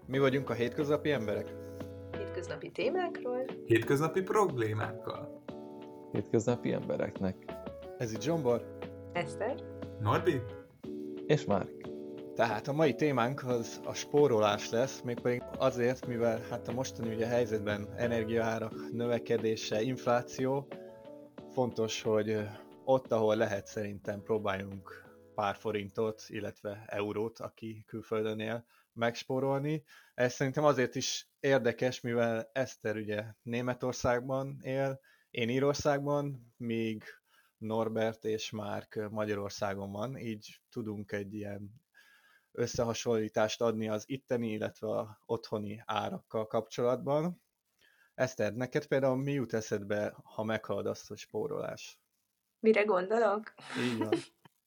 Mi vagyunk a hétköznapi emberek. Hétköznapi témákról. Hétköznapi problémákkal. Hétköznapi embereknek. Ez itt Zsombor. Eszter. Norbi. És Márk. Tehát a mai témánk az a spórolás lesz, mégpedig azért, mivel hát a mostani ugye helyzetben energiaárak növekedése, infláció, fontos, hogy ott, ahol lehet, szerintem próbáljunk pár forintot, illetve eurót, aki külföldön él, megspórolni. Ez szerintem azért is érdekes, mivel Eszter ugye Németországban él, én Írországban, míg Norbert és Márk Magyarországon van, így tudunk egy ilyen összehasonlítást adni az itteni, illetve az otthoni árakkal kapcsolatban. Eszter, neked például mi jut eszedbe, ha meghallod azt, hogy spórolás? Mire gondolok? Így van.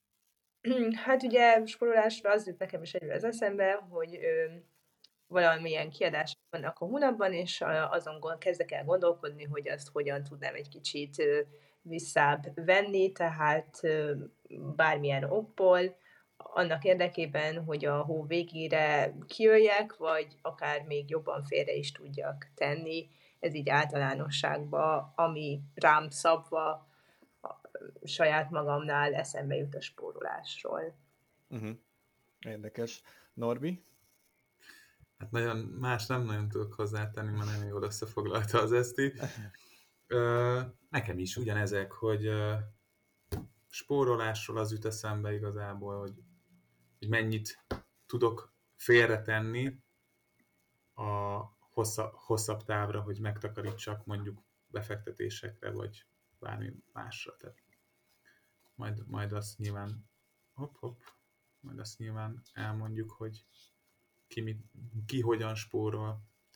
Hát ugye spórolásra az jut nekem is egyre az eszembe, hogy valamilyen kiadások vannak a hónapban, és azon kezdek el gondolkodni, hogy azt hogyan tudnám egy kicsit visszább venni, tehát bármilyen okból, annak érdekében, hogy a hó végére kijöjjek, vagy akár még jobban félre is tudjak tenni. Ez így általánosságban, ami rám szabva saját magamnál eszembe jut a spórolásról. Érdekes. Norbi? Hát nagyon más nem nagyon tudok hozzátenni, mert nagyon jól összefoglalta az Eszti. Nekem is ugyanezek, hogy spórolásról az jut eszembe igazából, hogy mennyit tudok félretenni a hosszabb távra, hogy megtakarítsak mondjuk befektetésekre, vagy bármi másra. Tehát majd azt nyilván majd azt nyilván elmondjuk, hogy ki hogyan spórol.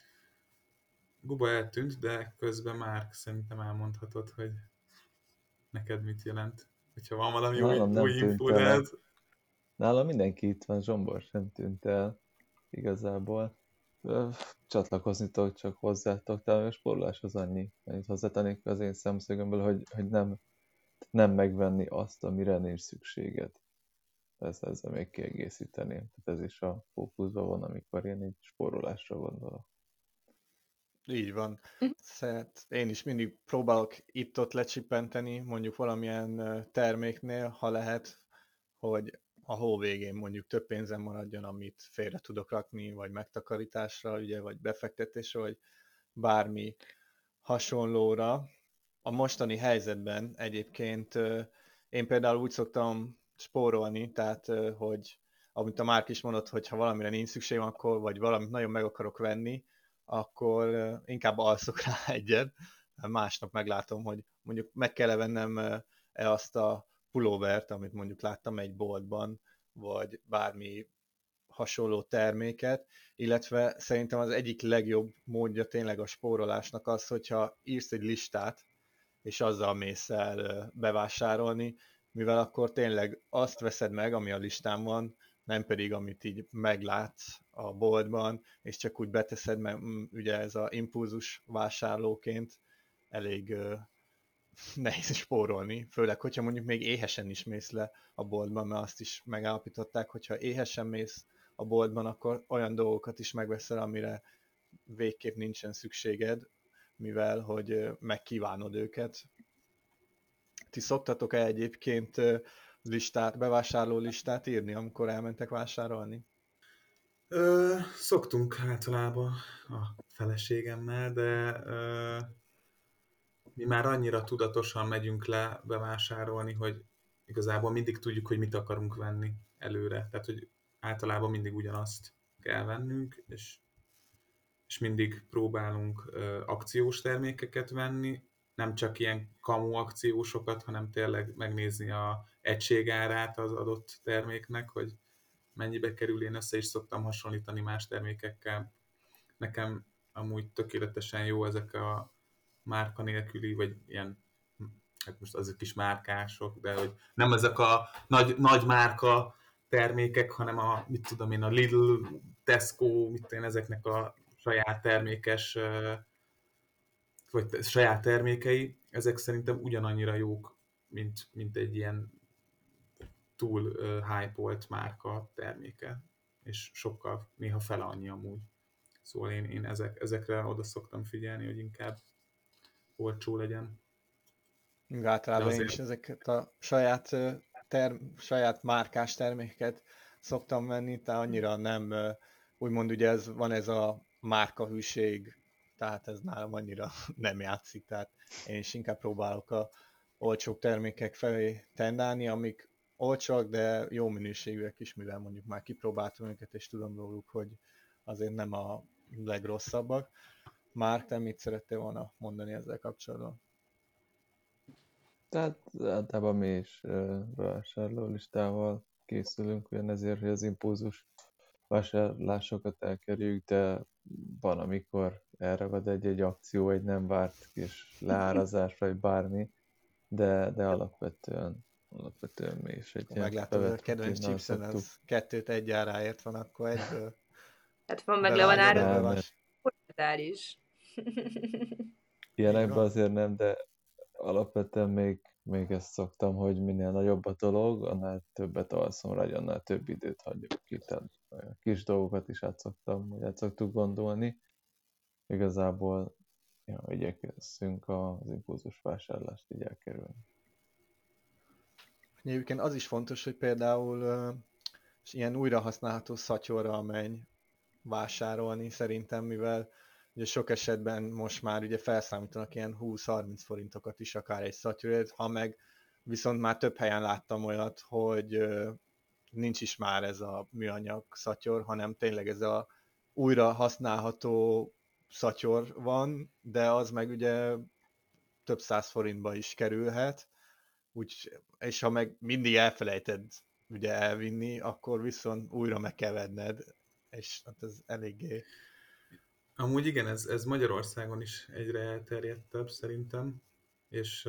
Guba eltűnt, de közben már szerintem elmondhatod, hogy neked mit jelent. Hogyha van valami új infód. Nálam mindenki itt van, Zsombor sem tűnt el igazából. Csatlakozni tudok csak hozzátok, de a spórolás az annyit hozzátennék az én szemszögömből, hogy nem megvenni azt, amire nincs szükséged. Persze ezzel még kiegészíteném. Tehát ez is a fókuszban van, amikor én így spórolásra gondolok. Így van. Én is mindig próbálok itt-ott lecsippenteni, mondjuk valamilyen terméknél, ha lehet, hogy a hó végén mondjuk több pénzem maradjon, amit félre tudok rakni, vagy megtakarításra, ugye, vagy befektetésre, vagy bármi hasonlóra. A mostani helyzetben egyébként én például úgy szoktam spórolni, tehát hogy amit a Márk is mondott, hogy ha valamire nincs szükségem, akkor, vagy valamit nagyon meg akarok venni, akkor inkább alszok rá egyet, másnap meglátom, hogy mondjuk meg kell vennem azt a pulóvert, amit mondjuk láttam egy boltban, vagy bármi hasonló terméket, illetve szerintem az egyik legjobb módja tényleg a spórolásnak az, hogyha írsz egy listát, és azzal mész el bevásárolni, mivel akkor tényleg azt veszed meg, ami a listán van, nem pedig amit így meglátsz a boltban, és csak úgy beteszed, mert ugye ez a impulzus vásárlóként elég nehéz spórolni, főleg, hogyha mondjuk még éhesen is mész le a boltban, mert azt is megállapították, hogyha éhesen mész a boltban, akkor olyan dolgokat is megveszel, amire végképp nincsen szükséged, mivel hogy megkívánod őket. Ti szoktatok-e egyébként bevásárló listát írni, amikor elmentek vásárolni? Szoktunk általában a feleségemmel, de mi már annyira tudatosan megyünk le bevásárolni, hogy igazából mindig tudjuk, hogy mit akarunk venni előre. Tehát, hogy általában mindig ugyanazt kell vennünk, és mindig próbálunk akciós termékeket venni, nem csak ilyen kamu akciósokat, hanem tényleg megnézni a egységárát az adott terméknek, hogy mennyibe kerül. Én össze is szoktam hasonlítani más termékekkel. Nekem amúgy tökéletesen jó ezek a márka nélküli, vagy ilyen, hát most azok is márkások, de hogy nem ezek a nagy márka termékek, hanem mit tudom én, a Lidl, Tesco, ezeknek a saját termékes, vagy saját termékei, ezek szerintem ugyanannyira jók, mint egy ilyen túl hype-olt márka terméke, és sokkal, néha fele annyi amúgy. Szóval én ezekre oda szoktam figyelni, hogy inkább olcsó legyen. De Általában én azért is ezeket a saját márkás termékeket szoktam venni, tehát annyira nem, úgymond ugye van ez a márkahűség, tehát ez nálam annyira nem játszik, tehát én is inkább próbálok a olcsóbb termékek felé tendálni, amik olcsók, de jó minőségűek is, mivel mondjuk már kipróbáltam őket, és tudom róluk, hogy azért nem a legrosszabbak. Márk, te mit szerettél volna mondani ezzel kapcsolatban? Tehát általában mi is vásárlólistával készülünk, olyan ezért, hogy az impulzus vásárlásokat elkerüljük, de van, amikor elragad egy akció, egy nem várt kis leárazás, vagy bármi, de alapvetően mi is egy ilyen Meglátod, hogy a bevett kedvenc rutinnal chipsen szoktuk. az 2-t egy áráért van, akkor egyből Hát van meg le van bevágod a ára, Nem, is. ilyenekben van. azért nem, de alapvetően még ezt szoktam, hogy minél nagyobb a dolog, annál többet alszom rá, annál több időt hagyok ki. Tehát olyan kis dolgokat is át szoktuk gondolni. Igazából igyekszünk az impulzus vásárlást így elkerülni. Egyébként az is fontos, hogy például ilyen újrahasználható szatyorral menj vásárolni szerintem, mivel ugye sok esetben most már ugye felszámítanak ilyen 20-30 forintokat is akár egy szatyorért, ha meg viszont már több helyen láttam olyat, hogy nincs is már ez a műanyag szatyor, hanem tényleg ez a újra használható szatyor van, de az meg ugye több 100 forintba is kerülhet, és ha meg mindig elfelejted ugye elvinni, akkor viszont újra meg kell venned, és hát ez eléggé... amúgy igen, ez Magyarországon is egyre elterjedtebb szerintem, és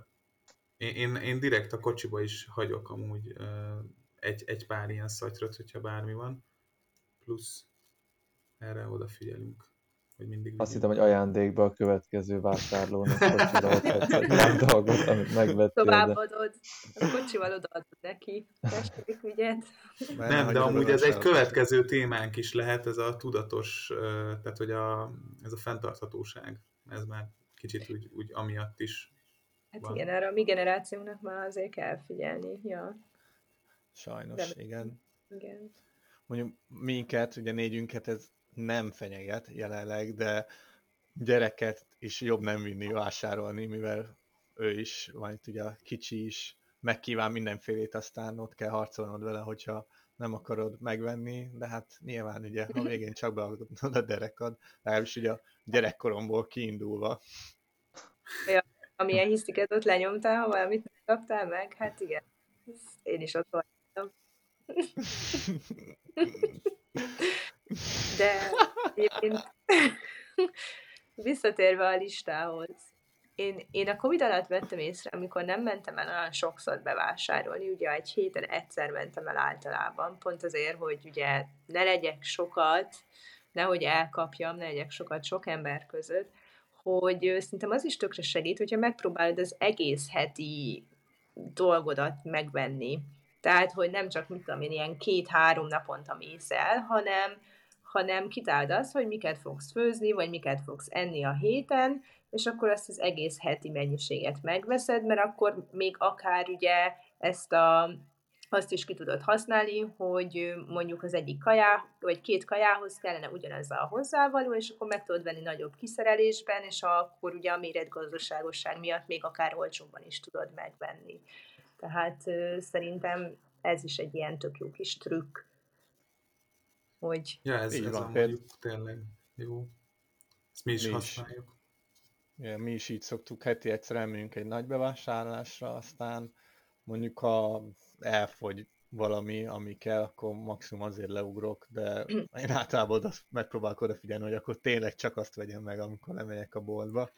én direkt a kocsiba is hagyok amúgy egy pár ilyen szatyrot, hogyha bármi van, plusz erre odafigyelünk, hogy mindig Azt vigyünk. hittem, hogy ajándékba a következő vásárlónak kocsira adhatsz egy olyan dolgot, amit megvettél, de Továbbadod, a kocsival odaadod neki, tessék, ügyet. Nem, de amúgy ez egy következő témánk is lehet, ez a tudatos, tehát hogy ez a fenntarthatóság, ez már kicsit úgy amiatt is Hát van. igen, erre a mi generációnak már azért kell figyelni, ja. Sajnos, igen. Igen. Mondjuk minket, ugye négyünket ez nem fenyeget jelenleg, de gyereket is jobb nem vinni vásárolni, mivel ő is, van itt ugye a kicsi is, megkíván mindenfélét, aztán ott kell harcolnod vele, hogyha nem akarod megvenni, de hát nyilván ugye a végén csak beadod a derekad, legalábbis ugye a gyerekkoromból kiindulva. Ja, amilyen hisziket ott lenyomtál, ha valamit nem kaptál meg, hát igen, én is ott voltam. De egyébként visszatérve a listához, én a Covid alatt vettem észre, amikor nem mentem el olyan sokszor bevásárolni, ugye egy héten egyszer mentem el általában, pont azért, hogy ugye ne legyek sokat, nehogy elkapjam, ne legyek sokat sok ember között, hogy szerintem az is tökre segít, hogyha megpróbálod az egész heti dolgodat megvenni. Tehát, hogy nem csak, mit tudom én, ilyen 2-3 naponta mész el, hanem kitáld azt, hogy miket fogsz főzni, vagy miket fogsz enni a héten, és akkor azt az egész heti mennyiséget megveszed, mert akkor még akár ugye azt is ki tudod használni, hogy mondjuk az egyik kajá, vagy 2 kajához kellene ugyanez a hozzávaló, és akkor meg tudod venni nagyobb kiszerelésben, és akkor ugye a méretgazdaságosság miatt még akár olcsóbban is tudod megvenni. Tehát szerintem ez is egy ilyen tök jó kis trükk, hogy... Ja, ez van, a mondjuk tényleg jó. Ezt mi is használjuk. Ja, mi is így szoktuk, heti egyszer elmegyünk egy nagy bevásárlásra, aztán mondjuk ha elfogy valami, ami kell, akkor maximum azért leugrok, de én általában megpróbálok odafigyelni, hogy akkor tényleg csak azt vegyem meg, amikor lemegyek a boltba.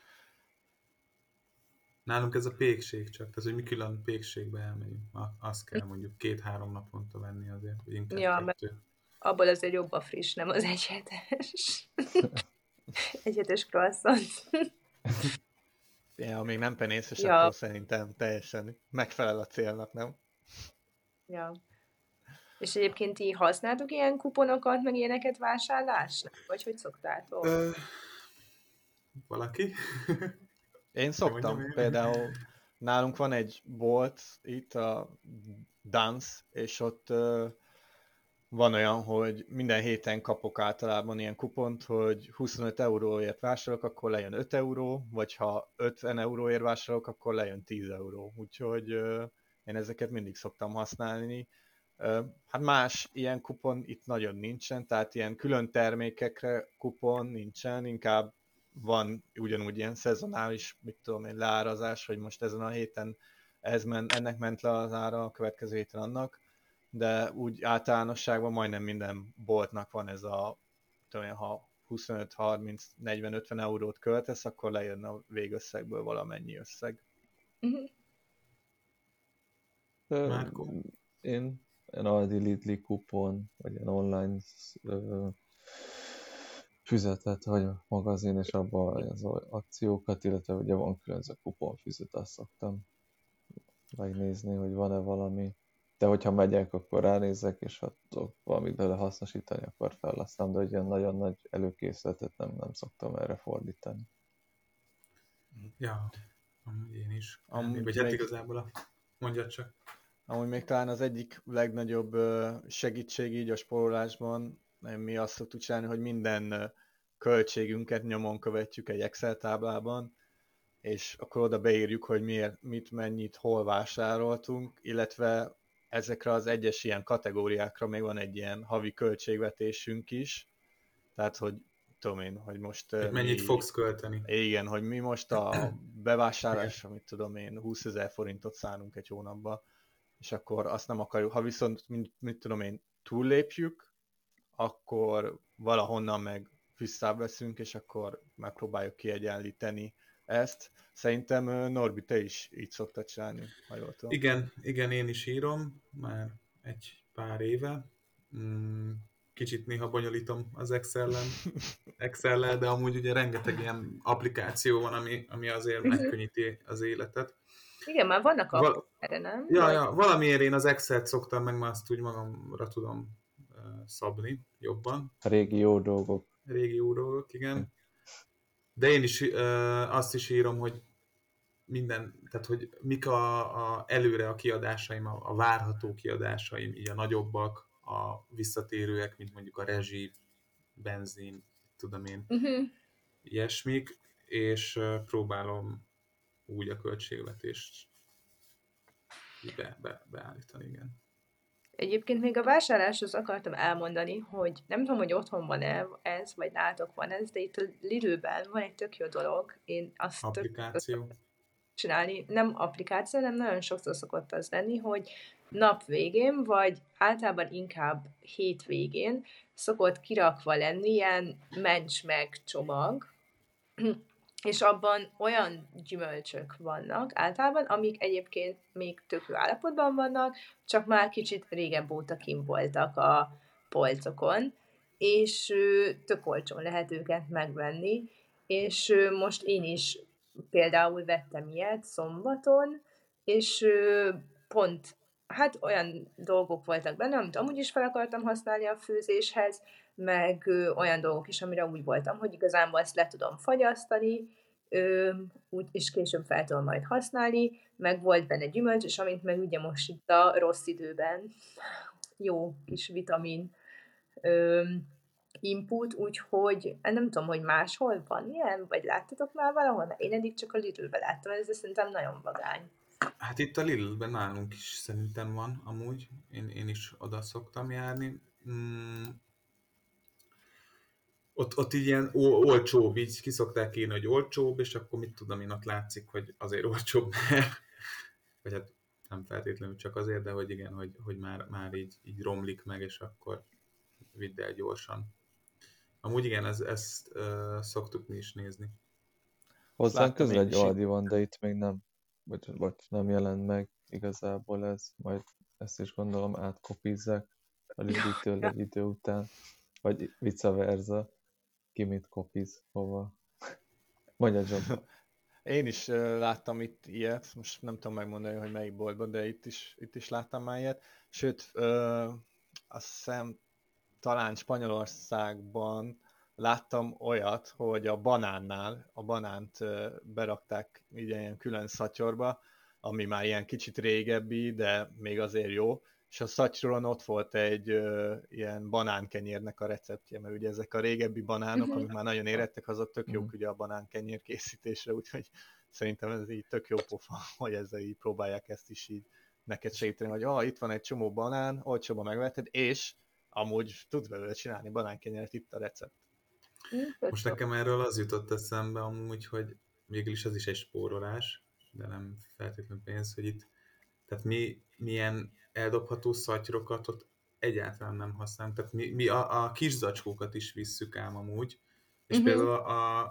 Nálunk ez a pékség csak, tehát hogy mi külön pékségbe elmegyünk. Azt kell mondjuk 2-3 naponta venni azért, vagy inkább 2. Abból azért jobb a friss, nem az egyhetes. Egyhetes croissant. Ja, ha még nem penészes, akkor szerintem teljesen megfelel a célnak, nem? Ja. És egyébként ti használtok ilyen kuponokat, meg ilyeneket vásárlásra? Vagy hogy szoktátok? Valaki? Én Hogy mondjam szoktam, én? például nálunk van egy bolt itt, a Dance, és ott van olyan, hogy minden héten kapok általában ilyen kupont, hogy 25 euróért vásárolok, akkor lejön 5 euró, vagy ha 50 euróért vásárolok, akkor lejön 10 euró. Úgyhogy én ezeket mindig szoktam használni. Hát más ilyen kupon itt nagyon nincsen, tehát ilyen külön termékekre kupon nincsen, inkább van ugyanúgy ilyen szezonális, mit tudom én, leárazás, hogy most ezen a héten ennek ment le az ára, a következő héten annak, de úgy általánosságban majdnem minden boltnak van ez a, tudom én, ha 25, 30, 40, 50 eurót költesz, akkor lejön a végösszegből valamennyi összeg. Uh-huh. Márko? Én Aldi Lidli kupon, vagy ilyen online füzetet, vagy a magazin, és abban az akciókat, illetve ugye van különböző kuponfüzet, azt szoktam megnézni, hogy van-e valami. De hogyha megyek, akkor ránézek, és ha tudok valamit bele hasznosítani, akkor felhasználom, de hogy ilyen nagyon nagy előkészletet nem szoktam erre fordítani. Ja, amúgy én is. Amúgy Vagy hát még- igazából mondjad csak. Amúgy még talán az egyik legnagyobb segítség így a spórolásban, mi azt szoktuk csinálni, hogy minden költségünket nyomon követjük egy Excel táblában, és akkor oda beírjuk, hogy miért, mit, mennyit, hol vásároltunk, illetve ezekre az egyes ilyen kategóriákra még van egy ilyen havi költségvetésünk is, tehát hogy tudom én, hogy most Hogy mennyit fogsz költeni. igen, hogy mi most a bevásárlásra, mit tudom én, 20 000 forintot szánunk egy hónapba, és akkor azt nem akarjuk, ha viszont, mit tudom én, túllépjük, akkor valahonnan meg visszaveszünk, és akkor megpróbáljuk kiegyenlíteni ezt. Szerintem Norbi, te is így szoktad csinálni, ha jól tudom. Igen, én is írom, már egy pár éve. Kicsit néha bonyolítom az Excel-lel, de amúgy ugye rengeteg ilyen applikáció van, ami azért megkönnyíti az életet. Igen, már vannak appok erre, nem? Ja, valamiért én az Excel-t szoktam, meg már azt úgy magamra tudom szabni jobban. A régi jó dolgok. Régi jó dolgok, igen. De én is azt is írom, hogy tehát hogy mik előre a kiadásaim, a várható kiadásaim, így a nagyobbak, a visszatérőek, mint mondjuk a rezsi, benzin, tudom én, ilyesmik, és próbálom úgy a költségvetést beállítani, igen. Egyébként még a vásárláshoz akartam elmondani, hogy nem tudom, hogy otthon van-e ez, vagy nálatok van ez, de itt a Lidl-ben van egy tök jó dolog. Én azt Applikáció. csinálni, nem applikáció, hanem nagyon sokszor szokott az lenni, hogy nap végén, vagy általában inkább hétvégén szokott kirakva lenni ilyen mencs meg csomag, és abban olyan gyümölcsök vannak általában, amik egyébként még tök jó állapotban vannak, csak már kicsit régebb óta kint voltak a polcokon, és tök olcsón lehet őket megvenni, és most én is például vettem ilyet szombaton, és pont hát olyan dolgok voltak benne, amit amúgy is fel akartam használni a főzéshez, meg olyan dolgok is, amire úgy voltam, hogy igazából ezt le tudom fagyasztani, úgy, és később fel tudom majd használni, meg volt benne gyümölcs, és amint meg ugye most itt a rossz időben jó kis vitamin input, úgyhogy nem tudom, hogy máshol van ilyen, vagy láttatok már valahol, mert én eddig csak a Lidl-ben láttam, ez szerintem nagyon vagány. Hát itt a Lidl-ben nálunk is szerintem van amúgy, én is oda szoktam járni. Ott így ilyen olcsóbb, így ki szokták írni, hogy olcsóbb, és akkor mit tudom én, ott látszik, hogy azért olcsóbb, vagy hát nem feltétlenül csak azért, de hogy igen, hogy már így romlik meg, és akkor vidd el gyorsan. Amúgy igen, ezt szoktuk mi is nézni. Hozzánk közel egy Aldi van, de itt még nem, vagy nem jelent meg igazából ez, majd ezt is gondolom átkopizzák a Lidl-től egy idő után, vagy vice versa, ki mit kopiz, hova. Mondja, John. Én is láttam itt ilyet, most nem tudom megmondani, hogy melyik boltban, de itt is láttam már ilyet. Sőt, azt hiszem talán Spanyolországban láttam olyat, hogy a banánnál a banánt berakták így ilyen külön szatyorba, ami már ilyen kicsit régebbi, de még azért jó, és a szatyron ott volt egy ilyen banánkenyérnek a receptje, mert ugye ezek a régebbi banánok, amik már nagyon érettek, azok tök jók ugye a banánkenyér készítésre, úgyhogy szerintem ez így tök jó pofa, hogy ezzel így próbálják ezt is így neked segíteni, hogy itt van egy csomó banán, olcsóban megveheted, és amúgy tudsz belőle csinálni banánkenyeret, itt a recept. Most nekem erről az jutott eszembe amúgy, hogy végül is ez is egy spórolás, de nem feltétlenül pénz, hogy itt, tehát mi milyen eldobható szatyrokat ott egyáltalán nem használunk, tehát mi a kis zacskókat is visszük ám amúgy, és például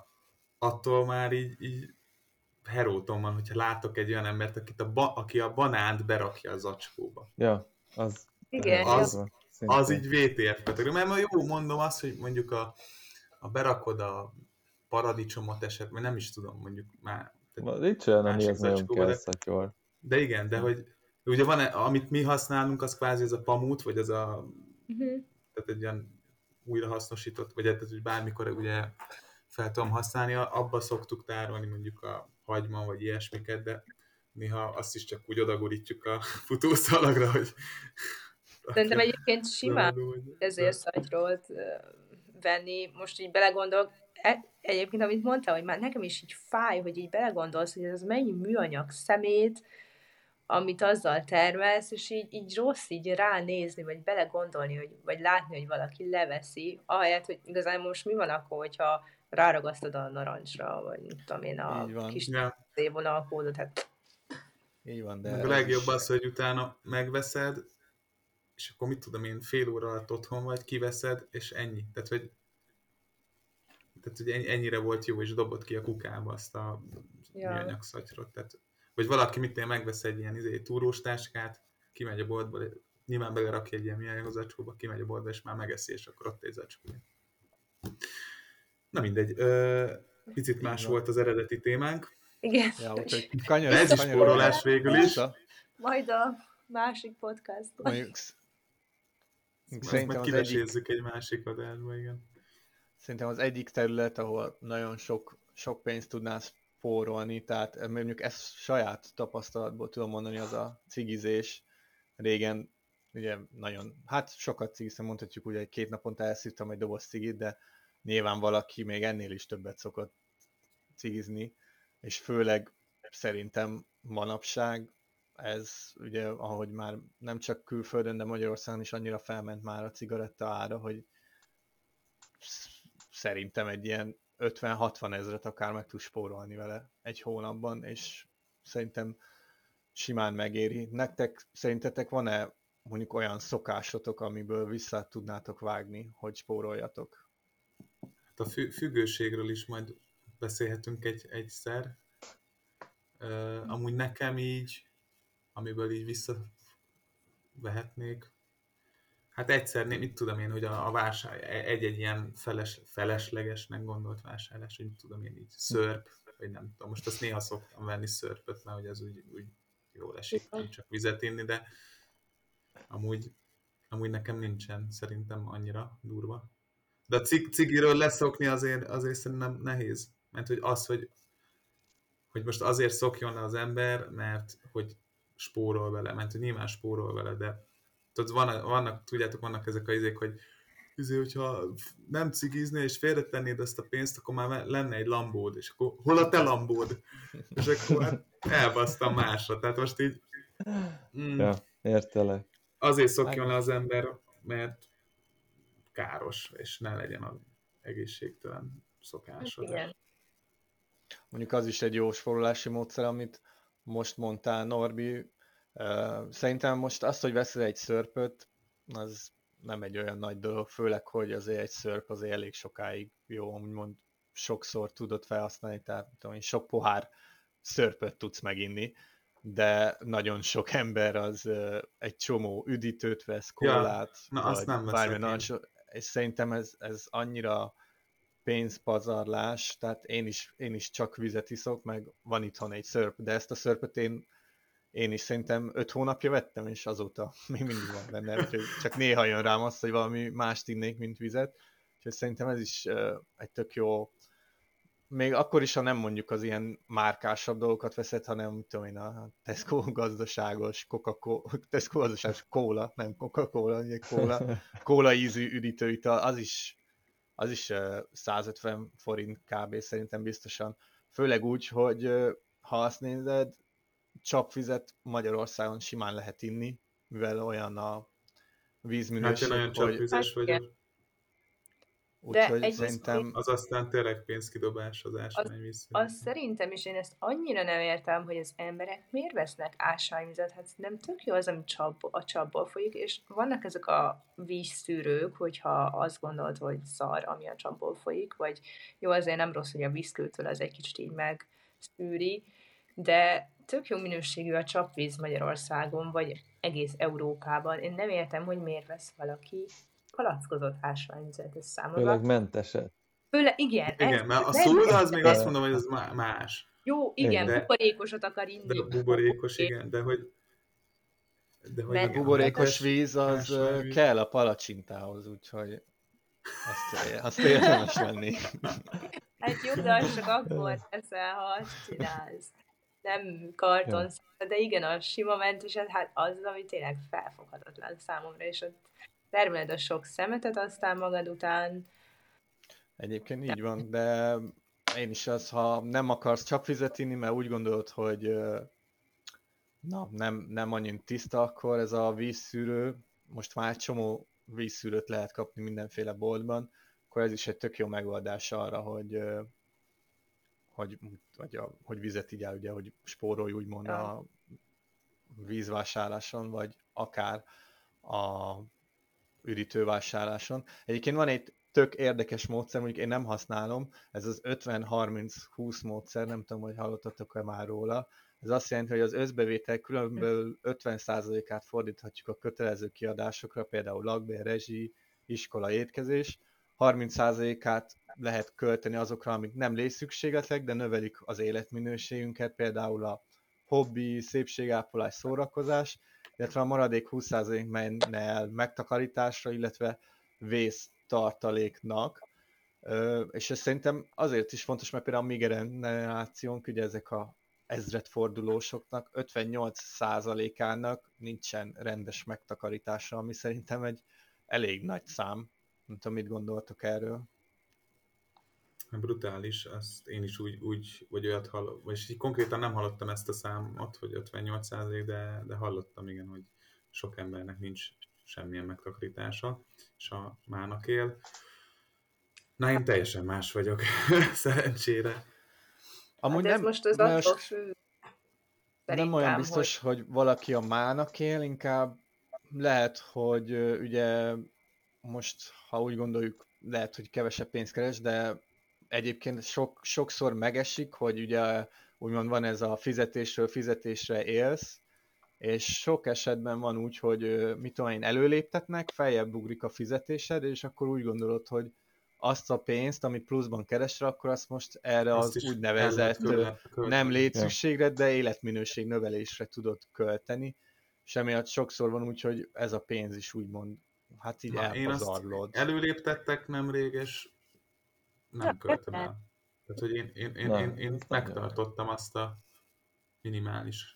attól már így heróton van, hogyha látok egy olyan embert, aki a banánt berakja a zacskóba. Ja, az... Igen, az így VTF kategória, mert jó, mondom azt, hogy mondjuk a berakod a paradicsomot esetleg, nem is tudom, mondjuk már... Nincs olyan, ami ez nagyon kell szatyor. De igen, de hogy ugye van, amit mi használunk, az kvázi ez a pamut, vagy ez a... Tehát egy ilyen újrahasznosított, vagy tehát, hogy bármikor ugye fel tudom használni, abba szoktuk tárolni mondjuk a hagyma, vagy ilyesmiket, de néha azt is csak úgy odagorítjuk a futószalagra, hogy... Szerintem egyébként simán ezért szatyrolt venni, most így belegondolok, egyébként amit mondta, hogy már nekem is így fáj, hogy így belegondolsz, hogy ez mennyi műanyag szemét, amit azzal termelsz, és így rossz így ránézni, vagy belegondolni, vagy látni, hogy valaki leveszi, ahelyett, hogy igazán most mi van akkor, hogyha ráragasztod a narancsra, vagy mit tudom én, a kis szélvonalkódot, hát... Így van, de... A legjobb az, hogy utána megveszed, és akkor mit tudom én, fél óra alatt otthon vagy, kiveszed, és ennyi. Tehát, hogy ennyire volt jó, és dobott ki a kukába azt a műanyag szatyrot. Tehát, vagy valaki megvesz egy ilyen túrós táskát, kimegy a boltba, nyilván belerakja egy ilyen műanyag zacskóba, kimegy a boltba, és már megeszi, és akkor ott egy zacskó. Na mindegy, picit más volt az eredeti témánk. Igen. Ja, úgyhogy ez is spórolás végül is. Majd a másik podcastban. Szerintem kivesézzük egy másik adásba, igen. Szerintem az egyik terület, ahol nagyon sok pénzt tudnál spórolni, tehát mondjuk ezt saját tapasztalatból tudom mondani, az a cigizés. Régen ugye nagyon, sokat cigiztem, mondhatjuk ugye, hogy 2 naponta elszívtam egy doboz cigit, de nyilván valaki még ennél is többet szokott cigizni, és főleg szerintem manapság ez ugye, ahogy már nem csak külföldön, de Magyarországon is annyira felment már a cigaretta ára, hogy szerintem egy ilyen 50-60 ezret akár meg tud spórolni vele egy hónapban, és szerintem simán megéri. Szerintetek van-e mondjuk olyan szokásotok, amiből vissza tudnátok vágni, hogy spóroljatok? Hát a függőségről is majd beszélhetünk egyszer. Amúgy nekem így, amiből így visszavehetnék, hát egyszer, mit tudom én, hogy a vásár, egy ilyen feleslegesnek gondolt vásárlás, hogy mit tudom én így, szörp, vagy nem tudom, most azt néha szoktam venni szörpöt, mert hogy ez úgy jól esik, nem csak vizet inni, de amúgy nekem nincsen szerintem annyira durva. De a cigiről leszokni azért szerintem nehéz, mert hogy az, hogy most azért szokjon le az ember, mert hogy spórol vele, mert hogy nyilván spórol vele, de tudjátok, vannak ezek a izék, hogy hogyha nem cigiznél és félretennéd ezt a pénzt, akkor már lenne egy lambód, és akkor hol a te lambód? És akkor elbasztam másra, tehát most így ja, értelek. Azért szokjon le az ember, mert káros, és ne legyen az egészségtelen szokása. Igen. Mondjuk az is egy jó spórolási módszer, amit most mondtál, Norbi. Szerintem most azt, hogy veszed egy szörpöt, az nem egy olyan nagy dolog, főleg, hogy azért egy szörp azért elég sokáig jó, úgymond sokszor tudod felhasználni, tehát tudom, sok pohár szörpöt tudsz meginni, de nagyon sok ember az egy csomó üdítőt vesz, kólát, vagy bármilyen, és szerintem ez annyira pénzpazarlás, tehát én is csak vizet iszok, meg van itthon egy szörp, de ezt a szörpöt én én is szerintem 5 hónapja vettem, és azóta még mindig van benne, úgyhogy csak néha jön rám azt, hogy valami mást innék, mint vizet. Úgyhogy szerintem ez is egy tök jó, még akkor is, ha nem mondjuk az ilyen márkásabb dolgokat veszed, hanem tudom én, a Tesco gazdaságos Tesco gazdaságos kóla, nem Coca-Cola, kóla ízű üdítőital, az is 150 forint kb. Szerintem biztosan. Főleg úgy, hogy ha azt nézed, csapvizet Magyarországon simán lehet inni, mivel olyan a Hát én vízminőség, nagyon hogy csapvizes vagyok. úgyhogy egy szerintem Az aztán tényleg pénzkidobás az ásványvíz. Az szerintem is, én ezt annyira nem értem, hogy az emberek miért vesznek ásványvizet, hát nem tök jó az, ami a csapból folyik, és vannak ezek a vízszűrők, hogyha azt gondolod, hogy szar, ami a csapból folyik, vagy jó, azért nem rossz, hogy a vízkőtől az egy kicsit így megszűri, de tök jó minőségű a csapvíz Magyarországon, vagy egész Európában. Én nem értem, hogy miért vesz valaki palackozott ásványvizet, ez számomra. Főleg menteset. Igen, Igen, mert a szóda az még azt mondom, hogy az más. Jó, igen, De- buborékosat akar inni. De buborékos, igen, de hogy a Mert- buborékos víz az ásványvíz. kell a palacsintához, úgyhogy azt érdemes venni. Hát jó, de az csak akkor teszel, ha azt csinálsz. Nem karton, de igen, a sima menteset, hát az, ami tényleg felfoghatatlan számomra, és ott termeled a sok szemetet aztán magad után. Egyébként így van, de én is az, ha nem akarsz csapvizet inni, mert úgy gondolod, hogy nem annyira tiszta, akkor ez a vízszűrő, most már egy csomó vízszűrőt lehet kapni mindenféle boltban, akkor ez is egy tök jó megoldás arra, hogy vizet igyál, ugye, hogy spórolj úgymond a vízvásárláson, vagy akár a üdítővásárláson. Egyébként van egy tök érdekes módszer, mondjuk én nem használom, ez az 50-30-20 módszer, nem tudom, hogy hallottatok-e már róla. Ez azt jelenti, hogy az összbevétel különböző 50%-át fordíthatjuk a kötelező kiadásokra, például lakbér, rezsi, iskola, étkezés, 30%-át lehet költeni azokra, amik nem létszükségletek, de növelik az életminőségünket, például a hobbi, szépségápolás, szórakozás, illetve a maradék 20% menne el megtakarításra, illetve vésztartaléknak. És ez szerintem azért is fontos, mert például a mi generációnk, ugye ezek a ezredfordulósoknak 58%-ának nincsen rendes megtakarítása, ami szerintem egy elég nagy szám. Nem tudom, mit gondoltok erről? Brutális, azt én is úgy vagy olyat hallottam, és így konkrétan nem hallottam ezt a számot, hogy 58%, de hallottam, igen, hogy sok embernek nincs semmilyen megtakarítása, és a mának él. Na, én teljesen más vagyok, szerencsére. Amúgy hát ez most az attól függ. Nem olyan biztos, hogy valaki a mának él, inkább lehet, hogy ugye most, ha úgy gondoljuk, lehet, hogy kevesebb pénzt keres, de egyébként sokszor megesik, hogy ugye úgymond van ez a fizetésről fizetésre élsz, és sok esetben van úgy, hogy mit tudom én, előléptetnek, feljebb ugrik a fizetésed, és akkor úgy gondolod, hogy azt a pénzt, amit pluszban keresre, akkor azt most erre az úgynevezett nem létszükségre, de életminőség növelésre tudod költeni, és emiatt sokszor van úgy, hogy ez a pénz is úgymond, hát így elpazarlod. Előléptettek nemrég, és nem költöm el. Tehát, hogy én megtartottam azt a minimális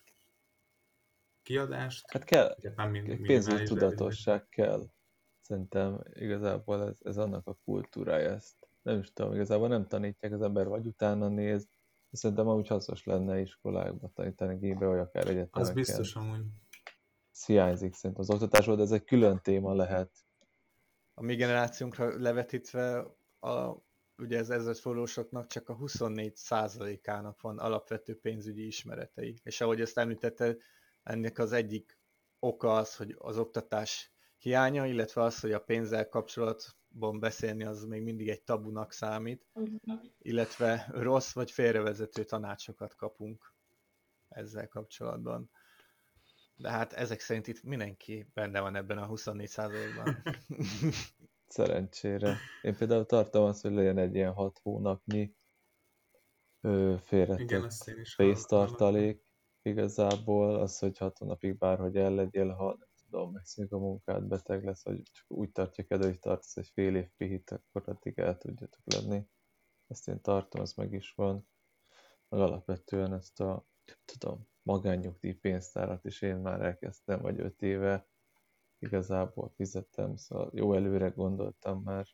kiadást. Hát kell, pénzügyi tudatosság kell. Szerintem igazából ez annak a kultúrája, ezt nem is tudom, igazából nem tanítják, az ember vagy utána néz, de szerintem amúgy hasznos lenne iskolákba tanítani, gébe, vagy akár egyetemeken. Az biztos amúgy. Ez hiányzik szerintem az oktatásból, de ez egy külön téma lehet. A mi generációnkra levetítve, ugye az ezredfordulósoknak csak a 24%-ának van alapvető pénzügyi ismeretei. És ahogy ezt említetted, ennek az egyik oka az, hogy az oktatás hiánya, illetve az, hogy a pénzzel kapcsolatban beszélni az még mindig egy tabunak számít, illetve rossz vagy félrevezető tanácsokat kapunk ezzel kapcsolatban. De hát ezek szerint itt mindenki benne van ebben a 24%-ban. Szerencsére. Én például tartom azt, hogy legyen egy ilyen 6 hónapnyi félretett pénztartalék, igazából az, hogy 6 hónapig bárhogy el legyél, ha nem tudom, megszűnik a munkád, beteg lesz, vagy csak úgy tartja kedve, hogy tartasz egy fél év pihit, akkor addig el tudjatok lenni. Ezt én tartom, az meg is van. Meg alapvetően ezt a, tudom, magánnyugdíj pénztárat is én már elkezdtem, vagy 5 éve igazából fizettem, szóval jó előre gondoltam már.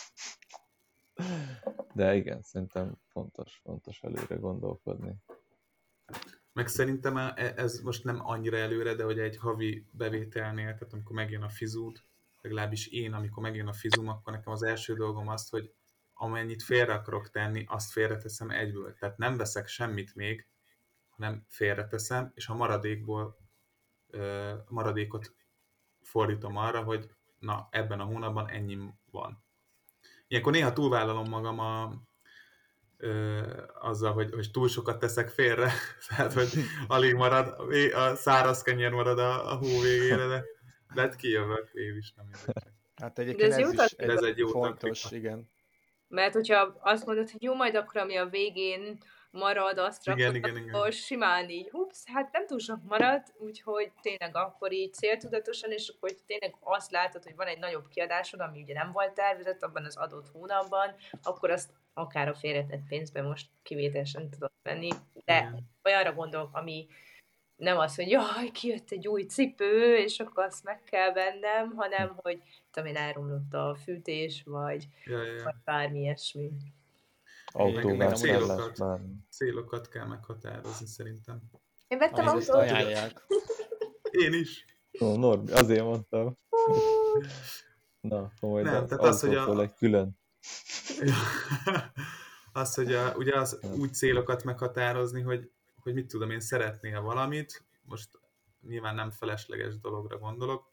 De igen, szerintem fontos előre gondolkodni. Meg szerintem ez most nem annyira előre, de hogy egy havi bevételnél, tehát amikor megjön a fizud, legalábbis én, amikor megjön a fizum, akkor nekem az első dolgom az, hogy amennyit félre akarok tenni, azt félreteszem egyből. Tehát nem veszek semmit még, hanem félreteszem, és a maradékot fordítom arra, hogy na, ebben a hónapban ennyi van. Ilyenkor néha túlvállalom magam azzal, hogy túl sokat teszek félre, tehát, hogy alig marad, a száraz kenyér marad a hó végére, de hát kijövök, végül is nem érdekek. Hát egyébként ez egy jó fontos, taktika. igen. Mert hogyha azt mondod, hogy jó, majd akkor ami a végén marad, azt rakod, akkor simán így, hát nem túl sok marad, úgyhogy tényleg akkor így céltudatosan, és akkor tényleg azt látod, hogy van egy nagyobb kiadásod, ami ugye nem volt tervezett abban az adott hónapban, akkor azt akár a félretett pénzben most kivételesen tudod venni, de olyanra gondolok, ami nem az, hogy jaj, kijött egy új cipő, és akkor azt meg kell vennem, hanem, hogy tudom én, elromlott a fűtés, vagy bármi ilyesmi. Célokat kell meghatározni szerintem. Én vettem autót. Én is. Norbi, azért mondtam. Na, komoly, nem, tehát az, hogy egy külön. Az, hogy ugye az úgy célokat meghatározni, hogy mit tudom én, szeretnél valamit, most nyilván nem felesleges dologra gondolok,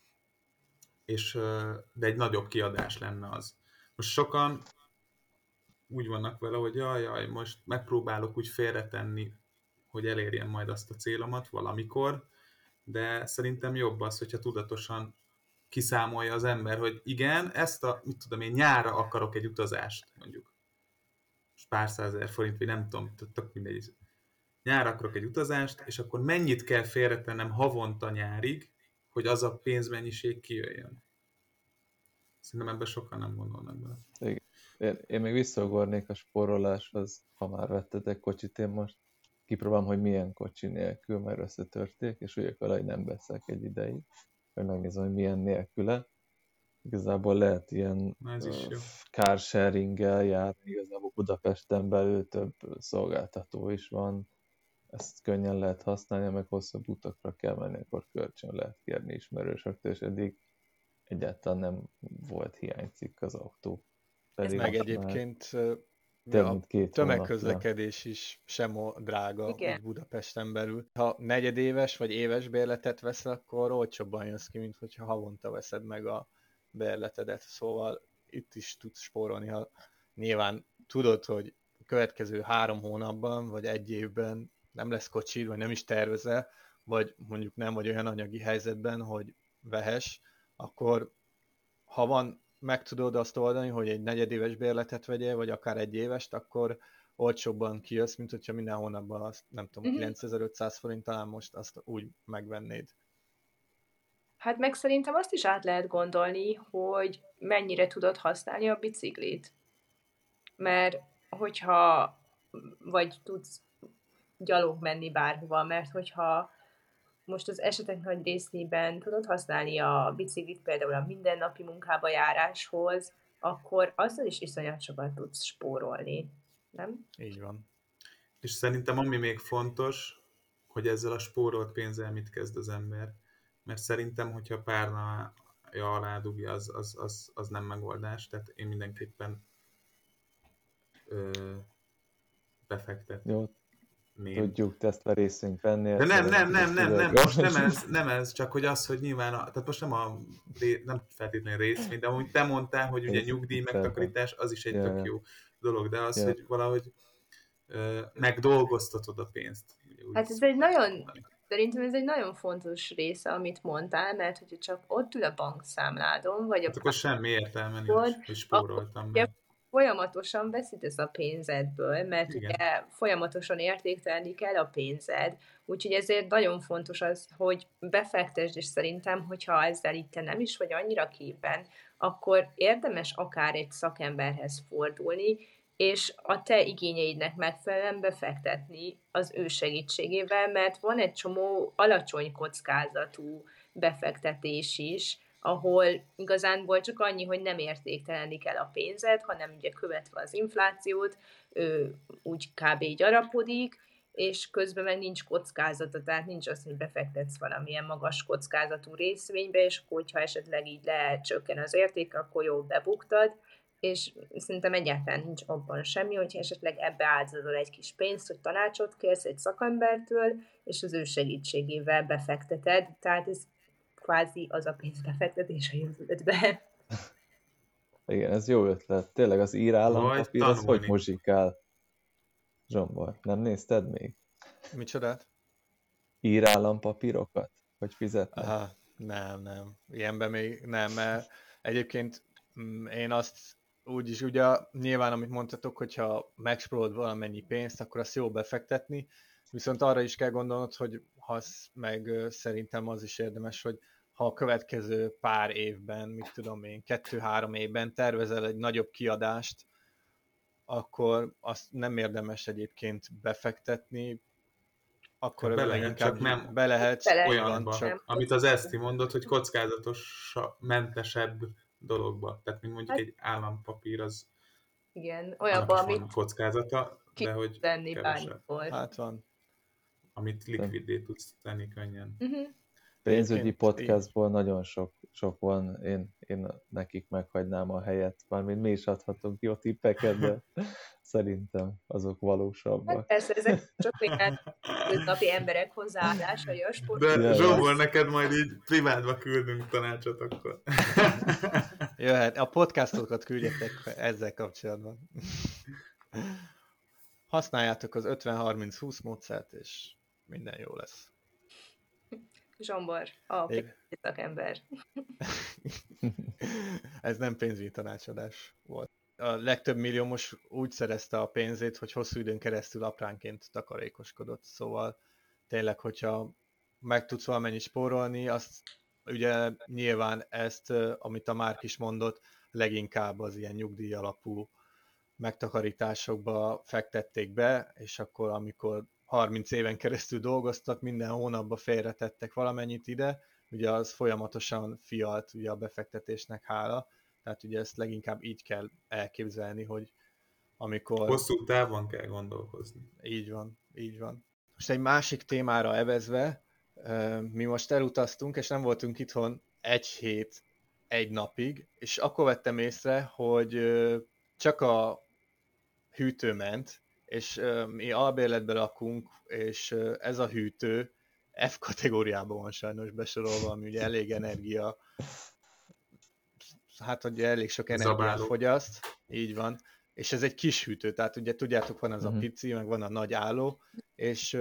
de egy nagyobb kiadás lenne az. Most sokan úgy vannak vele, hogy jaj, most megpróbálok úgy félretenni, hogy elérjem majd azt a célomat valamikor, de szerintem jobb az, hogyha tudatosan kiszámolja az ember, hogy igen, mit tudom én, nyárra akarok egy utazást, mondjuk. Most pár százezer forint, vagy nem tudom, tök mindegy. Nyárra akarok egy utazást, és akkor mennyit kell félretennem havonta nyárig, hogy az a pénzmennyiség kijöjjön. Szerintem ebben sokan nem gondolnak bele. Én még visszaugornék a spóroláshoz, ha már vettetek kocsit, én most kipróbálom, hogy milyen kocsi nélkül, mert összetörték, és úgy akar, hogy nem veszek egy ideig, hogy megnézem, hogy milyen nélküle. Igazából lehet ilyen carsharing-gel járni, igazából Budapesten belül több szolgáltató is van, ezt könnyen lehet használni, meg hosszabb utakra kell menni, akkor kölcsön lehet kérni ismerősöktől, és eddig egyáltalán nem volt hiánycikk az autó. Pedig meg egyébként a tömegközlekedés is sem drága Budapesten belül. Ha negyedéves vagy éves bérletet veszel, akkor olcsóbban jössz ki, mint hogyha havonta veszed meg a bérletedet. Szóval itt is tudsz spórolni, ha nyilván tudod, hogy a következő 3 hónapban vagy 1 évben nem lesz kocsid, vagy nem is tervezel, vagy mondjuk nem vagy olyan anyagi helyzetben, hogy vehess, akkor ha van, meg tudod azt oldani, hogy egy negyedéves bérletet vegyél, vagy akár 1 évest, akkor olcsóbban kijössz, mint hogyha minden hónapban azt, nem tudom, 9500 forint talán most azt úgy megvennéd. Hát meg szerintem azt is át lehet gondolni, hogy mennyire tudod használni a biciklit. Mert hogyha vagy tudsz gyalog menni bárhova, mert hogyha most az esetek nagy részében tudod használni a biciklit például a mindennapi munkába járáshoz, akkor azzal is iszonyat sokat tudsz spórolni, nem? Így van. És szerintem ami még fontos, hogy ezzel a spórolt pénzzel mit kezd az ember. Mert szerintem, hogyha párnája alá dugja, az nem megoldás. Tehát én mindenképpen befektetni. Jó, tudjuk, Tesla részünk venni. De nem, most nem ez, csak hogy az, hogy nyilván, tehát most nem feltétlenül részvény, de amit te mondtál, hogy ugye nyugdíj megtakarítás, az is egy tök jó dolog, de az, hogy valahogy megdolgoztatod a pénzt. Hát szerintem ez egy nagyon fontos része, amit mondtál, mert hogyha csak ott ül a bankszámládon, vagy hát akkor semmi értelme nincs, hogy spóroltam meg. folyamatosan veszítesz a pénzedből, mert Igen. ugye folyamatosan értéktelni kell a pénzed, úgyhogy ezért nagyon fontos az, hogy befektesd, és szerintem, hogyha ezzel itt te nem is vagy annyira képben, akkor érdemes akár egy szakemberhez fordulni, és a te igényeidnek megfelelően befektetni az ő segítségével, mert van egy csomó alacsony kockázatú befektetés is, ahol igazánból csak annyi, hogy nem értéktelenik el a pénzed, hanem ugye követve az inflációt, úgy kb. Gyarapodik, és közben meg nincs kockázata, tehát nincs az, hogy befektetsz valamilyen magas kockázatú részvénybe, és akkor, hogyha esetleg így lecsökken az érték, akkor jó, bebuktad, és szerintem egyáltalán nincs abban semmi, hogyha esetleg ebbe áldozol egy kis pénzt, hogy tanácsot kérsz egy szakembertől, és az ő segítségével befekteted, tehát ez kvázi az a pénzbefektetés a jövődbe. Igen, ez jó ötlet. Tényleg az ír állampapír, az hogy tanulni. muzsikál? Zsombor, nem nézted még? Micsodát? Ír állampapírokat? Hogy fizetnek? Aha, nem. Ilyenben még nem, mert egyébként én azt úgyis, ugye nyilván, amit mondtatok, hogyha megspórolod valamennyi pénzt, akkor azt jó befektetni, viszont arra is kell gondolnod, hogy meg szerintem az is érdemes, hogy ha a következő pár évben, mit tudom én, 2-3 évben tervezel egy nagyobb kiadást, akkor azt nem érdemes egyébként befektetni, akkor Be lehet, inkább csak nem be lehet, olyanba, csak amit az Eszti mondott, hogy kockázatos, mentesebb dologba. Tehát, mint mondjuk egy állampapír, az Igen, annak olyanban, is van amit kockázata, ki de hogy lenni kevesebb. bármikor. hát van. Amit likvidé tudsz tenni könnyen. Pénzügyi Egyébként podcastból nagyon sok van, én nekik meghagynám a helyet, mármint mi is adhatunk jó tippeket, de szerintem azok Hát valósabbak. persze, ezek csak olyan köznapi emberek hozzáállásai a sport. De Ja. Zsóbor, neked majd így privátba küldünk tanácsot akkor. Jöhet, a podcastokat küldjetek ezzel kapcsolatban. Használjátok az 50-30-20 módszert, és minden jó lesz. Zsombor, a Még- szakember. Ez nem pénzügyi tanácsadás volt. A legtöbb milliómos úgy szerezte a pénzét, hogy hosszú időn keresztül apránként takarékoskodott. Szóval tényleg, hogyha meg tudsz valamennyit spórolni, azt ugye nyilván ezt, amit a Márk is mondott, leginkább az ilyen nyugdíj alapú megtakarításokba fektették be, és akkor amikor 30 éven keresztül dolgoztak, minden hónapban félretettek valamennyit ide, ugye az folyamatosan fialt ugye a befektetésnek hála, tehát ugye ezt leginkább így kell elképzelni, hogy amikor... Hosszú távon kell gondolkozni. Így van. Most egy másik témára evezve, mi most elutaztunk, és nem voltunk itthon egy hét, egy napig, és akkor vettem észre, hogy csak a hűtő ment, és mi albérletben lakunk, és ez a hűtő F kategóriában van sajnos besorolva, ami ugye elég energia, hát ugye elég sok energiát Zabáló. fogyaszt, így van, és ez egy kis hűtő, tehát ugye tudjátok, van az a Mhm. pici, meg van a nagy álló, és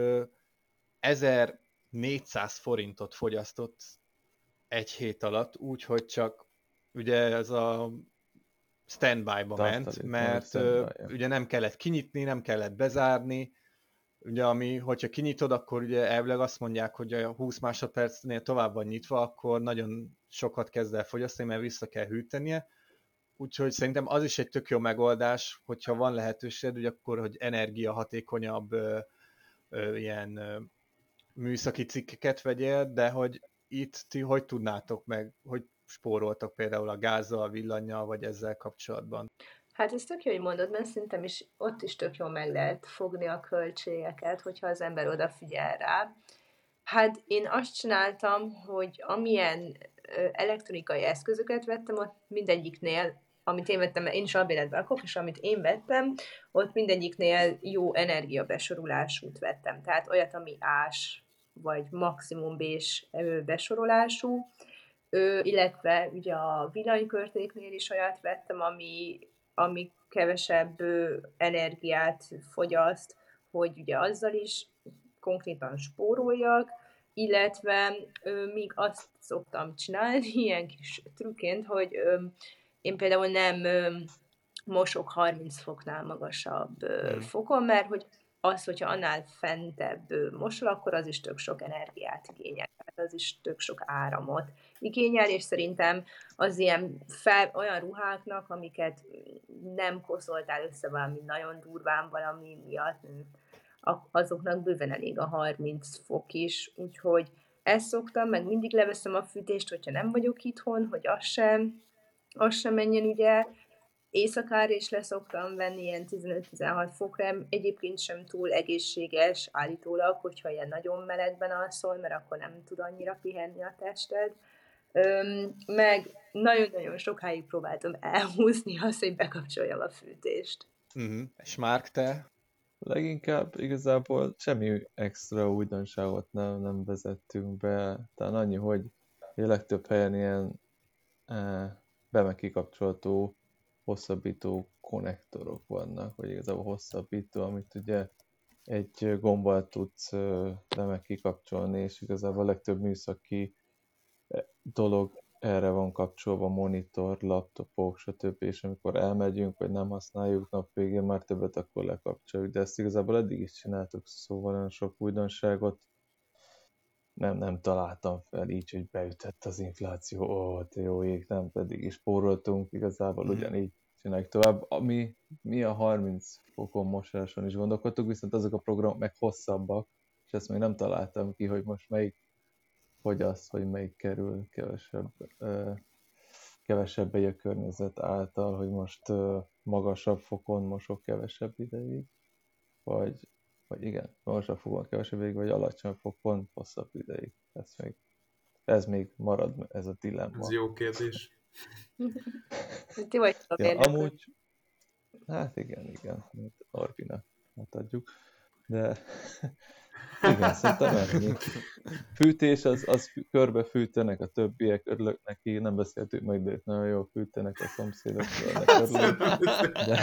1400 forintot fogyasztott egy hét alatt, úgyhogy csak ugye ez a standby-ba ment, Tartalék, mert standby-ja. ugye nem kellett kinyitni, nem kellett bezárni, ugye ami, hogyha kinyitod, akkor ugye elvileg azt mondják, hogy a 20 másodpercnél tovább van nyitva, akkor nagyon sokat kezd el fogyasztani, mert vissza kell hűtenie, úgyhogy szerintem az is egy tök jó megoldás, hogyha van lehetőség, hogy akkor, hogy energiahatékonyabb ilyen műszaki cikkeket vegyél, de hogy itt ti hogy tudnátok meg, hogy spóroltak például a gázzal, villannyal, vagy ezzel kapcsolatban? Hát ez tök jó, hogy mondod, mert szerintem is ott is tök jól meg lehet fogni a költségeket, hogyha az ember odafigyel rá. Hát én azt csináltam, hogy amilyen elektronikai eszközöket vettem, ott mindegyiknél, amit én vettem, mert én is albérletben lakok, és amit én vettem, ott mindegyiknél jó energiabesorolásút vettem. Tehát olyat, ami ás, vagy maximum B-s besorolású, illetve ugye a villanykörtéknél is olyat vettem, ami kevesebb energiát fogyaszt, hogy ugye azzal is konkrétan spóroljak, illetve még azt szoktam csinálni, ilyen kis trükként, hogy én például mosok 30 foknál magasabb fokon, mert hogy az, hogyha annál fentebb mosol, akkor az is tök sok energiát igényel, tehát az is tök sok áramot igényel, és szerintem az ilyen olyan ruháknak, amiket nem koszoltál össze valami nagyon durván valami miatt, azoknak bőven elég a 30 fok is, úgyhogy ezt szoktam, meg mindig leveszem a fűtést, hogyha nem vagyok itthon, hogy az sem menjen ugye, éjszakára is leszoktam venni ilyen 15-16 fokra, egyébként sem túl egészséges állítólag, hogyha ilyen nagyon melegben alszol, mert akkor nem tud annyira pihenni a tested. Meg nagyon-nagyon sokáig próbáltam elhúzni azt, hogy bekapcsoljam a fűtést. És Márk, te? Leginkább igazából semmi extra újdonságot nem vezettünk be. Talán annyi, hogy a legtöbb helyen ilyen be- meg kikapcsolható hosszabbító konnektorok vannak, vagy igazából hosszabbító, amit ugye egy gombbal tudsz be- meg kikapcsolni, és igazából a legtöbb műszaki dolog erre van kapcsolva, monitor, laptopok, stb. És amikor elmegyünk, vagy nem használjuk nap végén, már többet akkor lekapcsoljuk. De ezt igazából eddig is csináltuk, szóval olyan sok újdonságot nem találtam fel így, hogy beütött az infláció, te jó ég, nem, pedig is spóroltunk, igazából ugyanígy csináljuk tovább. Mi a 30 fokon mosáson is gondolkodtuk, viszont azok a programok meg hosszabbak, és ezt még nem találtam ki, hogy most melyik fogyaszt, vagy melyik kerül kevesebb a környezet által, hogy most magasabb fokon mosok kevesebb ideig, vagy igen, magasabb fokon kevesebb ideig, vagy alacsonyabb fokon hosszabb ideig. Ez még marad, ez a dilemma. Ez jó kérdés. Ti vagytok ja, amúgy, hát igen, Arpinak adjuk, de igen, szerintem ennyi. Fűtés, az körbe fűtenek a többiek, örülök neki, nem beszéltük meg, de nagyon jól fűtenek a szomszédok, örülök. De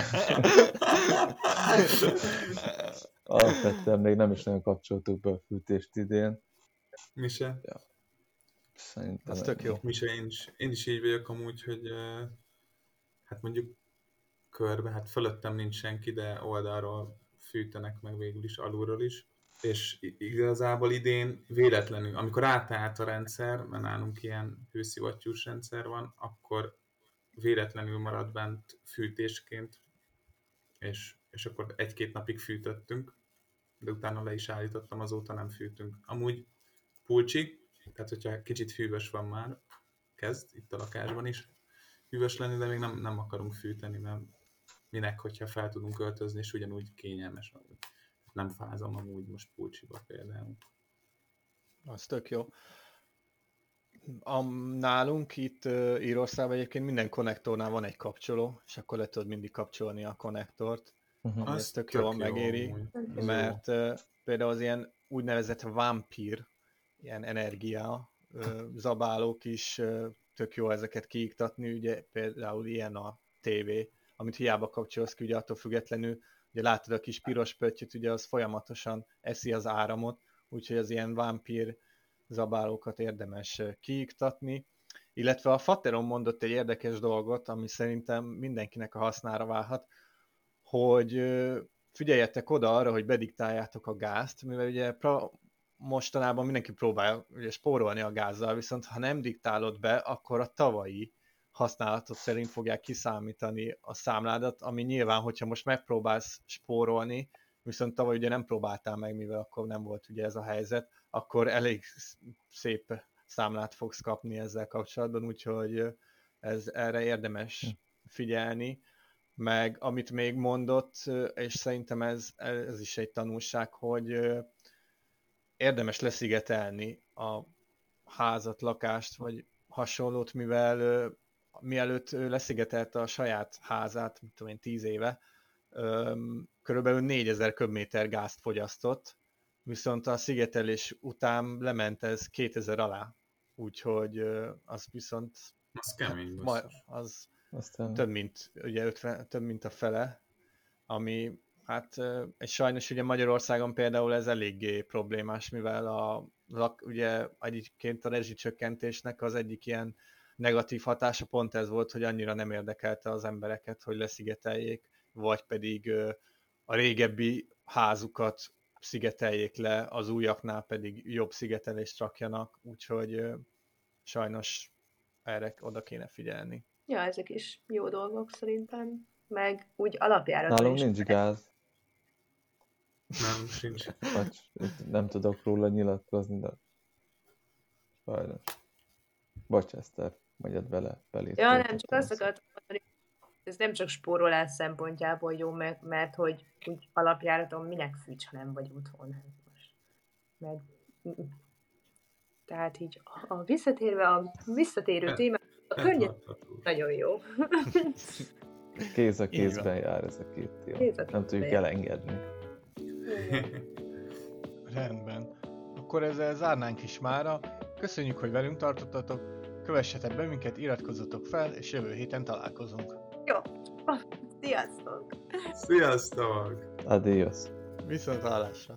alapvetően még nem is nagyon kapcsoltuk be a fűtést idén. Mi se? Ja. Szerintem az tök jó. Mi se, én is így vagyok amúgy, hogy hát mondjuk körbe, hát fölöttem nincs senki, de oldalról fűtenek meg végül is, alulról is. És igazából idén véletlenül, amikor átállt a rendszer, mert nálunk ilyen hőszivattyús rendszer van, akkor véletlenül maradt bent fűtésként, és akkor 1-2 napig fűtöttünk, de utána le is állítottam, azóta nem fűtünk. Amúgy pulcsi, tehát hogyha kicsit hűvös van már, kezd itt a lakásban is hűvös lenni, de még nem akarunk fűteni, mert minek, hogyha fel tudunk öltözni, és ugyanúgy kényelmes. Nem fázom amúgy most pulcsiba például. Az tök jó. Nálunk itt Írországban egyébként minden konnektornál van egy kapcsoló, és akkor le tudod mindig kapcsolni a konnektort. Ez tök jól megéri, mert például az ilyen úgynevezett vampír, ilyen energia zabálók is tök jó ezeket kiiktatni, ugye például ilyen a tévé, amit hiába kapcsolsz ki, ugye attól függetlenül, ugye látod a kis piros pöttyöt, ugye az folyamatosan eszi az áramot, úgyhogy az ilyen vampír zabálókat érdemes kiiktatni. Illetve a Fateron mondott egy érdekes dolgot, ami szerintem mindenkinek a hasznára válhat, hogy figyeljetek oda arra, hogy bediktáljátok a gázt, mivel ugye mostanában mindenki próbál ugye spórolni a gázzal, viszont ha nem diktálod be, akkor a tavalyi használatot szerint fogják kiszámítani a számládat, ami nyilván, hogyha most megpróbálsz spórolni, viszont tavaly ugye nem próbáltál meg, mivel akkor nem volt ugye ez a helyzet, akkor elég szép számlát fogsz kapni ezzel kapcsolatban, úgyhogy erre érdemes figyelni. Meg amit még mondott, és szerintem ez is egy tanulság, hogy érdemes leszigetelni a házat, lakást, vagy hasonlót, mivel mielőtt leszigetelte a saját házát, mit tudom én, 10 éve, körülbelül 4000 köbméter gázt fogyasztott, viszont a szigetelés után lement ez 2000 alá. Úgyhogy az viszont az kemény, az több mint, ugye több mint a fele, ami hát és sajnos ugye Magyarországon például ez eléggé problémás, mivel ugye egyébként a rezsicsökkentésnek az egyik ilyen negatív hatása pont ez volt, hogy annyira nem érdekelte az embereket, hogy leszigeteljék, vagy pedig a régebbi házukat szigeteljék le, az újaknál pedig jobb szigetelést rakjanak, úgyhogy sajnos erre oda kéne figyelni. Ja, ezek is jó dolgok szerintem. Meg úgy alapjáraton Nálunk is. nincs gáz. Nem, sincs. Nem tudok róla nyilatkozni, de sajnos. Bocs, Eszter, mondjad belét. Ja, nem, csak azt akartam mondani, ez nem csak spórolás szempontjából jó, mert hogy úgy alapjáraton minek fűts, ha nem vagy otthon. Most. Meg, tehát így a visszatérő téma, a környezet nagyon jó. Kéz a kézben jár ez a két téma. Nem tudjuk elengedni. Rendben. Akkor ezzel zárnánk is mára. Köszönjük, hogy velünk tartottatok. Kövessetek be minket, iratkozzatok fel, és jövő héten találkozunk. Jó. Sziasztok! Sziasztok! Adios! Viszontlátásra!